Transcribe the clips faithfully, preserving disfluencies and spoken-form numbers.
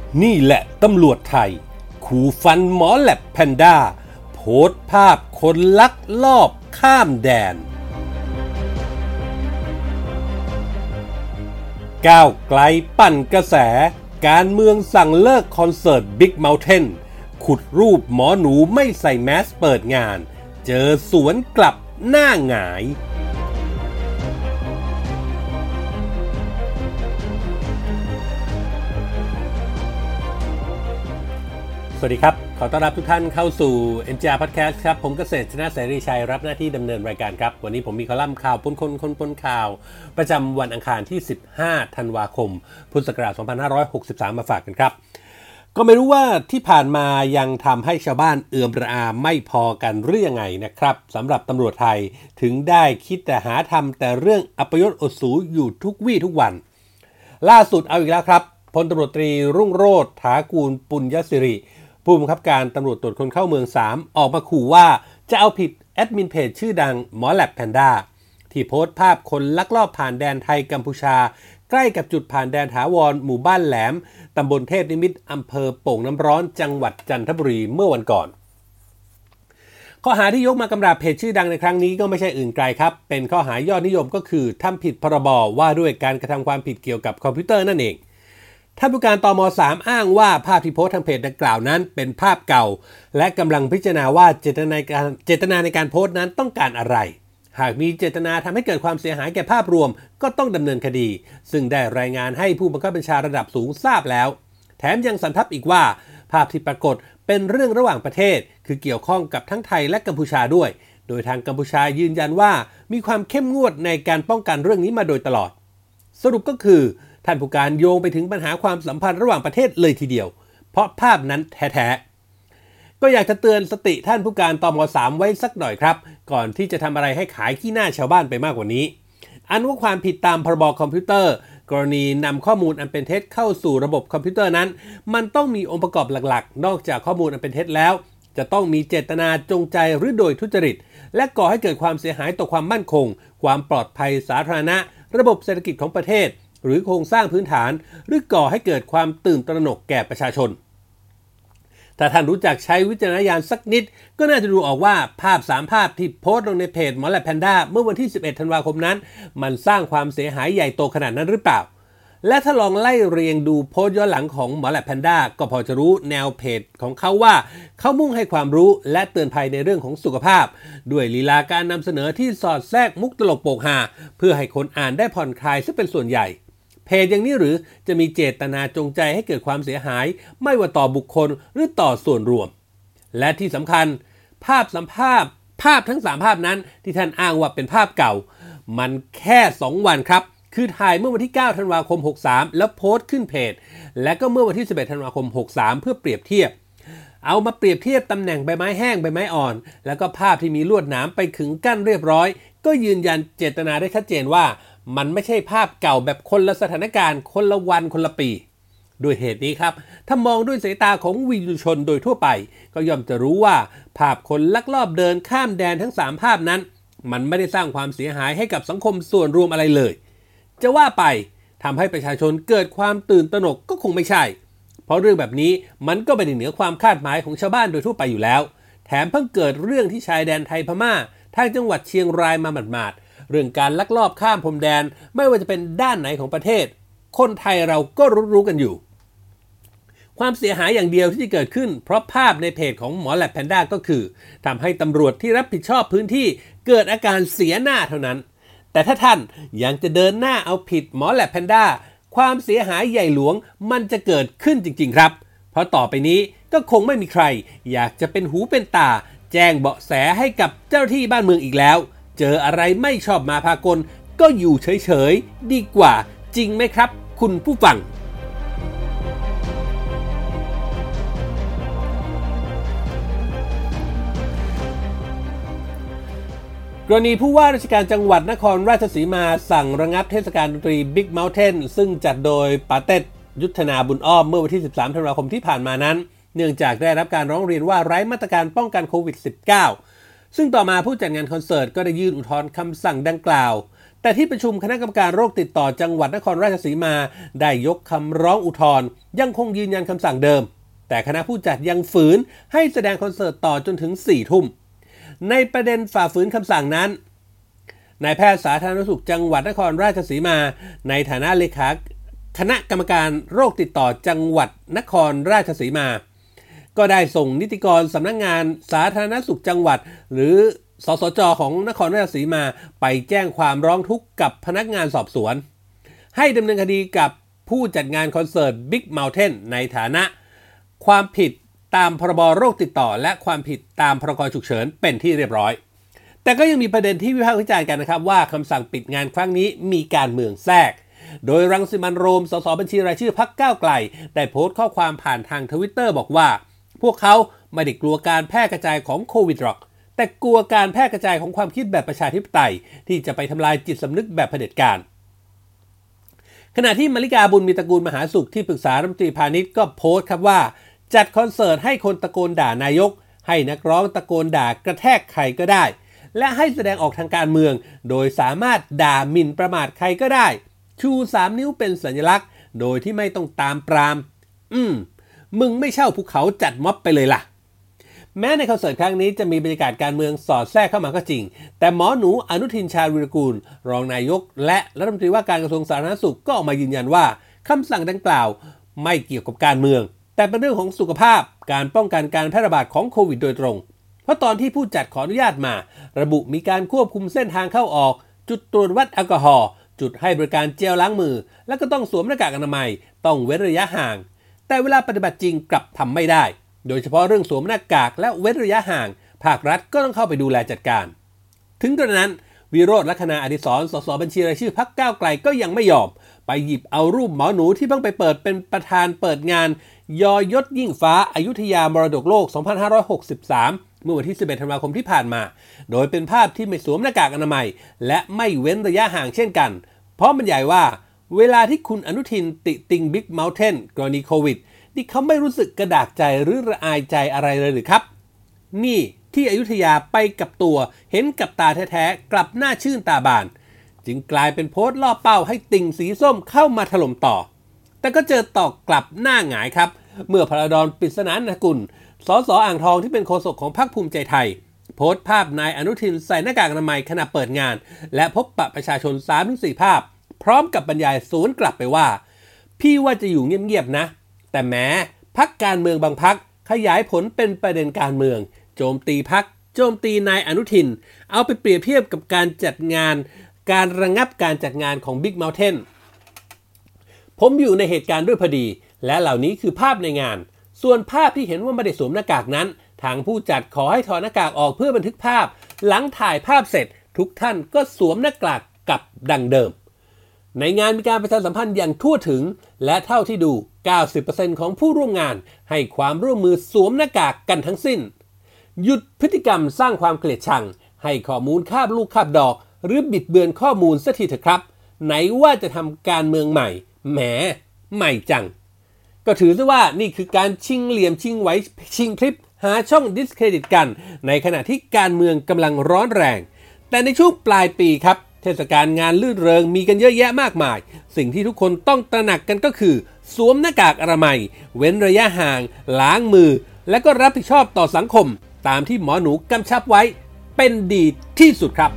นี่แหละตำรวจไทยขู่ฟันหมอแลบแพนด้าโพสต์ภาพคนลักลอบข้ามแดนก้าวไกลปั่นกระแสการเมืองสั่งเลิกคอนเสิร์ต Big Mountain ขุดรูปหมอหนูไม่ใส่แมสเปิดงานเจอสวนกลับหน้าหงายสวัสดีครับขอต้อนรับทุกท่านเข้าสู่ เอ็น จี อาร์ Podcast ครับผมเกษตรชนะเสรีชัยรับหน้าที่ดำเนินรายการครับวันนี้ผมมีคอลัมน์ข่าวปนคนคนปนข่าวประจำวันอังคารที่สิบห้าธันวาคมพุทธศักราชสองพันห้าร้อยหกสิบสามมาฝากกันครับก็ไม่รู้ว่าที่ผ่านมายังทำให้ชาวบ้านเอื่อมระอาไม่พอกันหรือยังไงนะครับสำหรับตำรวจไทยถึงได้คิดแต่หาทำแต่เรื่องอัปยศอดสูอยู่ทุกวี่ทุกวันล่าสุดเอาอีกแล้วครับพลตำรวจตรีรุ่งโรจน์ถากูลปุญญสิริผู้บังคับการตำรวจตรวจคนเข้าเมืองสามออกมาขู่ว่าจะเอาผิดแอดมินเพจชื่อดังหมอแลบแพนด้าที่โพสต์ภาพคนลักลอบผ่านแดนไทยกัมพูชาใกล้กับจุดผ่านแดนถาวรหมู่บ้านแหลมตำบลเทพนิมิตรอำเภอโป่งน้ำร้อนจังหวัดจันทบุรีเมื่อวันก่อนข้อหาที่ยกมากำราบเพจชื่อดังในครั้งนี้ก็ไม่ใช่อื่นไกลครับเป็นข้อหายอดนิยมก็คือทำผิดพรบว่าด้วยการกระทำความผิดเกี่ยวกับคอมพิวเตอร์นั่นเองท่านผู้การตม.สามอ้างว่าภาพที่โพสต์ทางเพจดังกล่าวนั้นเป็นภาพเก่าและกำลังพิจารณาว่าเจตนาในการเจตนาในการโพสต์นั้นต้องการอะไรหากมีเจตนาทำให้เกิดความเสียหายแก่ภาพรวมก็ต้องดำเนินคดีซึ่งได้รายงานให้ผู้บังคับบัญชาระดับสูงทราบแล้วแถมยังสันทับอีกว่าภาพที่ปรากฏเป็นเรื่องระหว่างประเทศคือเกี่ยวข้องกับทั้งไทยและกัมพูชาด้วยโดยทางกัมพูชายืนยันว่ามีความเข้มงวดในการป้องกันเรื่องนี้มาโดยตลอดสรุปก็คือท่านผู้การโยงไปถึงปัญหาความสัมพันธ์ระหว่างประเทศเลยทีเดียวเพราะภาพนั้นแท้ๆก็อยากจะเตือนสติท่านผู้การตม.สามไว้สักหน่อยครับก่อนที่จะทำอะไรให้ขายขี้หน้าชาวบ้านไปมากกว่านี้อันว่าความผิดตามพรบคอมพิวเตอร์กรณีนำข้อมูลอันเป็นเท็จเข้าสู่ระบบคอมพิวเตอร์นั้นมันต้องมีองค์ประกอบหลักๆนอกจากข้อมูลอันเป็นเท็จแล้วจะต้องมีเจตนาจงใจหรือโดยทุจริตและก่อให้เกิดความเสียหายต่อความมั่นคงความปลอดภัยสาธารณะระบบเศรษฐกิจของประเทศหรือโครงสร้างพื้นฐานหรือก่อให้เกิดความตื่นตระหนกแก่ประชาชนถ้าท่านรู้จักใช้วิจารณญาณสักนิดก็น่าจะดูออกว่าภาพสามภาพที่โพสต์ลงในเพจหมอแลบแพนด้าเมื่อวันที่สิบเอ็ดธันวาคมนั้นมันสร้างความเสียหายใหญ่โตขนาดนั้นหรือเปล่าและถ้าลองไล่เรียงดูโพสต์ย้อนหลังของหมอแลบแพนด้าก็พอจะรู้แนวเพจของเขาว่าเขามุ่งให้ความรู้และเตือนภัยในเรื่องของสุขภาพด้วยลีลาการนำเสนอที่สอดแทรกมุกตลกโปกฮาเพื่อให้คนอ่านได้ผ่อนคลายซึ่งเป็นส่วนใหญ่เพจอย่างนี้หรือจะมีเจตนาจงใจให้เกิดความเสียหายไม่ว่าต่อบุคคลหรือต่อส่วนรวมและที่สำคัญภาพสัมภาพภาพทั้งสามภาพนั้นที่ท่านอ้างว่าเป็นภาพเก่ามันแค่สองวันครับคือถ่ายเมื่อวันที่เก้าธันวาคมหกสามแล้วโพสต์ขึ้นเพจและก็เมื่อวันที่สิบเอ็ดธันวาคมหกสามเพื่อเปรียบเทียบเอามาเปรียบเทียบตำแหน่งใบไม้แห้งใบไม้อ่อนแล้วก็ภาพที่มีลวดหนามไปขึงกั้นเรียบร้อยก็ยืนยันเจตนาได้ชัดเจนว่ามันไม่ใช่ภาพเก่าแบบคนละสถานการณ์คนละวันคนละปีด้วยเหตุนี้ครับถ้ามองด้วยสายตาของวิญญาณชนโดยทั่วไปก็ย่อมจะรู้ว่าภาพคนลักลอบเดินข้ามแดนทั้งสามภาพนั้นมันไม่ได้สร้างความเสียหายให้กับสังคมส่วนรวมอะไรเลยจะว่าไปทำให้ประชาชนเกิดความตื่นตระหนกก็คงไม่ใช่เพราะเรื่องแบบนี้มันก็เป็นเหนือความคาดหมายของชาวบ้านโดยทั่วไปอยู่แล้วแถมเพิ่งเกิดเรื่องที่ชายแดนไทยพม่าทางจังหวัดเชียงรายมาหมาดๆเรื่องการลักลอบข้ามพรมแดนไม่ว่าจะเป็นด้านไหนของประเทศคนไทยเราก็รู้ๆกันอยู่ความเสียหายอย่างเดียวที่จะเกิดขึ้นเพราะภาพในเพจของหมอแลบแพนด้าก็คือทำให้ตำรวจที่รับผิดชอบพื้นที่เกิดอาการเสียหน้าเท่านั้นแต่ถ้าท่านยังจะเดินหน้าเอาผิดหมอแลบแพนด้าความเสียหายใหญ่หลวงมันจะเกิดขึ้นจริงๆครับเพราะต่อไปนี้ก็คงไม่มีใครอยากจะเป็นหูเป็นตาแจ้งเบาะแสให้กับเจ้าหน้าที่บ้านเมืองอีกแล้วเจออะไรไม่ชอบมาพากลก็อยู่เฉยๆดีกว่าจริงไหมครับคุณผู้ฟังกรณีผู้ว่าราชการจังหวัดนครราชสีมาสั่งระงับเทศกาลดนตรี Big Mountain ซึ่งจัดโดยปาเต็ดยุทธนาบุญอ้อมเมื่อวันที่สิบสามธันวาคมที่ผ่านมานั้นเนื่องจากได้รับการร้องเรียนว่าไร้มาตรการป้องกันโควิด สิบเก้า ซึ่งต่อมาผู้จัดงานคอนเสิร์ตก็ได้ยื่นอุทธรณ์คำสั่งดังกล่าวแต่ที่ประชุมคณะกรรมการโรคติดต่อจังหวัดนครราชสีมาได้ยกคำร้องอุทธรณ์ยังคงยืนยันคำสั่งเดิมแต่คณะผู้จัดยังฝืนให้แสดงคอนเสิร์ตต่อจนถึงสี่ทุ่มในประเด็นฝ่าฝืนคำสั่งนั้นนายแพทย์สาธารณสุขจังหวัดนครราชสีมาในฐานะเลขาคณะกรรมการโรคติดต่อจังหวัดนครราชสีมาก็ได้ส่งนิติกรสำนักงานสาธารณสุขจังหวัดหรือสสจ.ของนครราชสีมาไปแจ้งความร้องทุกข์กับพนักงานสอบสวนให้ดำเนินคดีกับผู้จัดงานคอนเสิร์ต Big Mountain ในฐานะความผิดตามพรบโรคติดต่อและความผิดตามพรกฉุกเฉินเป็นที่เรียบร้อยแต่ก็ยังมีประเด็นที่วิพากษ์วิจารณ์กันนะครับว่าคำสั่งปิดงานครั้งนี้มีการเมืองแทรกโดยรังสิมันต์โรมสสบัญชีรายชื่อพรรคก้าวไกลได้โพสต์ข้อความผ่านทาง Twitter บอกว่าพวกเขาไม่ได้กลัวการแพร่กระจายของโควิดหรอกแต่กลัวการแพร่กระจายของความคิดแบบประชาธิปไตยที่จะไปทำลายจิตสำนึกแบบเผด็จการขณะที่มลิกาบุญมีตระกูลมหาสุขที่ปรึกษารัฐมนตรีพาณิชย์ก็โพสต์ครับว่าจัดคอนเสิร์ตให้คนตะโกนด่านายกให้นักร้องตะโกนด่ากระแทกใครก็ได้และให้แสดงออกทางการเมืองโดยสามารถด่าหมิ่นประมาทใครก็ได้ชูสามนิ้วเป็นสัญลักษณ์โดยที่ไม่ต้องตามปรามอืมมึงไม่เช่าภูเขาจัดม็อบไปเลยล่ะแม้ในคอนเสิร์ตครั้งนี้จะมีบรรยากาศการเมืองสอดแทรกเข้ามาก็จริงแต่หมอหนูอนุทินชาญวิรากูลรองนายกและรัฐมนตรีว่าการกระทรวงสาธารณสุขก็ออกมายืนยันว่าคำสั่งดังกล่าวไม่เกี่ยวกับการเมืองแต่เป็นเรื่องของสุขภาพการป้องกันการแพร่ระบาดของโควิดโดยตรงเพราะตอนที่ผู้จัดขออนุญาตมาระบุมีการควบคุมเส้นทางเข้าออกจุดตรวจวัดแอลกอฮอล์จุดให้บริการเจลล้างมือและก็ต้องสวมหน้ากากอนามัยต้องเว้นระยะห่างแต่เวลาปฏิบัติจริงกลับทำไม่ได้โดยเฉพาะเรื่องสวมหน้ากากและเว้นระยะห่างภาครัฐก็ต้องเข้าไปดูแลจัดการถึงกระนั้นวิโรจน์ ลักษณะอดิศรสสบัญชีรายชื่อพรรคก้าวไกลก็ยังไม่ยอมไปหยิบเอารูปหมอหนูที่เพิ่งไปเปิดเป็นประธานเปิดงานยอยศยิ่งฟ้าอยุธยามรดกโลกสองพันห้าร้อยหกสิบสามเมื่อวันที่สิบเอ็ดธันวาคมที่ผ่านมาโดยเป็นภาพที่ไม่สวมหน้ากากอนามัยและไม่เว้นระยะห่างเช่นกันเพราะบรรยายว่าเวลาที่คุณอนุทินติติง Big Mountain กรณีโควิดนี่เขาไม่รู้สึกกระดากใจหรือระอายใจอะไรเลยหรือครับนี่ที่อยุธยาไปกับตัวเห็นกับตาแท้ๆกลับหน้าชื่นตาบานจึงกลายเป็นโพสต์ล่อเป้าให้ติ่งสีส้มเข้ามาถล่มต่อแต่ก็เจอตอกกลับหน้าหงายครับเมื่อพระดอนปริศนานันทกุลสสอ่างทองที่เป็นโฆษกของพรรคภูมิใจไทยโพสต์ภาพนายอนุทินใส่หน้ากากอนามัยขณะเปิดงานและพบปะประชาชน สามถึงสี่ ภาพพร้อมกับบรรยายสวนกลับไปว่าพี่ว่าจะอยู่เงียบๆนะแต่แม้พรรคการเมืองบางพรรคขยายผลเป็นประเด็นการเมืองโจมตีพรรคโจมตีนายอนุทินเอาไปเปรียบเทียบกับการจัดงานการระงับการจัดงานของ Big Mountain ผมอยู่ในเหตุการณ์ด้วยพอดีและเหล่านี้คือภาพในงานส่วนภาพที่เห็นว่าไม่ได้สวมหน้ากากนั้นทางผู้จัดขอให้ถอดหน้ากากออกเพื่อบันทึกภาพหลังถ่ายภาพเสร็จทุกท่านก็สวมหน้ากากกับดังเดิมในงานมีการประชาสัมพันธ์อย่างทั่วถึงและเท่าที่ดู เก้าสิบเปอร์เซ็นต์ ของผู้ร่วมงานให้ความร่วมมือสวมหน้ากากกันทั้งสิ้นหยุดพฤติกรรมสร้างความเกลียดชังให้ข้อมูลคาบลูกคาบดอกหรือบิดเบือนข้อมูลสักทีเถอะครับไหนว่าจะทำการเมืองใหม่แหมใหม่จังก็ถือซะว่านี่คือการชิงเหลี่ยมชิงไหวชิงคลิปหาช่องดิสเครดิตกันในขณะที่การเมืองกำลังร้อนแรงแต่ในช่วงปลายปีครับเทศกาลงานลื่นเริงมีกันเยอะแยะมากมายสิ่งที่ทุกคนต้องตระหนักกันก็คือสวมหน้ากากอนามัยเว้นระยะห่างล้างมือและก็รับผิดชอบต่อสังคมตามที่หมอหนูกำชับไว้เป็นดีที่สุดครับ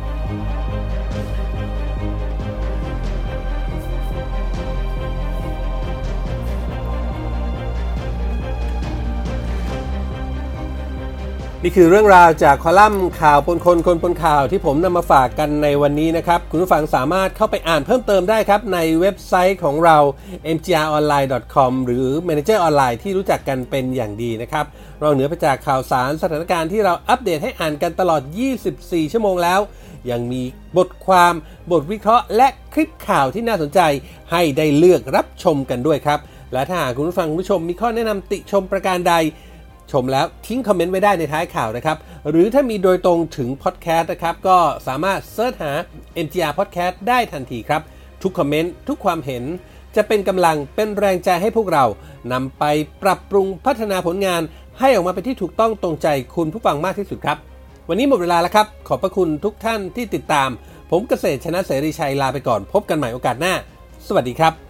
นี่คือเรื่องราวจากคอลัมน์ข่าวปนคนคนปนข่าวที่ผมนำมาฝากกันในวันนี้นะครับคุณผู้ฟังสามารถเข้าไปอ่านเพิ่มเติมได้ครับในเว็บไซต์ของเรา เอ็ม จี อาร์ ออนไลน์ ดอท คอม หรือ Manager ออนไลน์ที่รู้จักกันเป็นอย่างดีนะครับเราเหนือไปจากข่าวสารสถานการณ์ที่เราอัปเดตให้อ่านกันตลอดยี่สิบสี่ชั่วโมงแล้วยังมีบทความบทวิเคราะห์และคลิปข่าวที่น่าสนใจให้ได้เลือกรับชมกันด้วยครับและถ้าหากคุณผู้ฟังคุณผู้ชมมีข้อแนะนำติชมประการใดชมแล้วทิ้งคอมเมนต์ไว้ได้ในท้ายข่าวนะครับหรือถ้ามีโดยตรงถึงพอดแคสต์นะครับก็สามารถเสิร์ชหา เอ็ม จี อาร์ Podcast ได้ทันทีครับทุกคอมเมนต์ทุกความเห็นจะเป็นกำลังเป็นแรงใจให้พวกเรานำไปปรับปรุงพัฒนาผลงานให้ออกมาเป็นที่ถูกต้องตรงใจคุณผู้ฟังมากที่สุดครับวันนี้หมดเวลาแล้วครับขอบพระคุณทุกท่านที่ติดตามผมเกษตรชนะเสรีชัยลาไปก่อนพบกันใหม่โอกาสหน้าสวัสดีครับ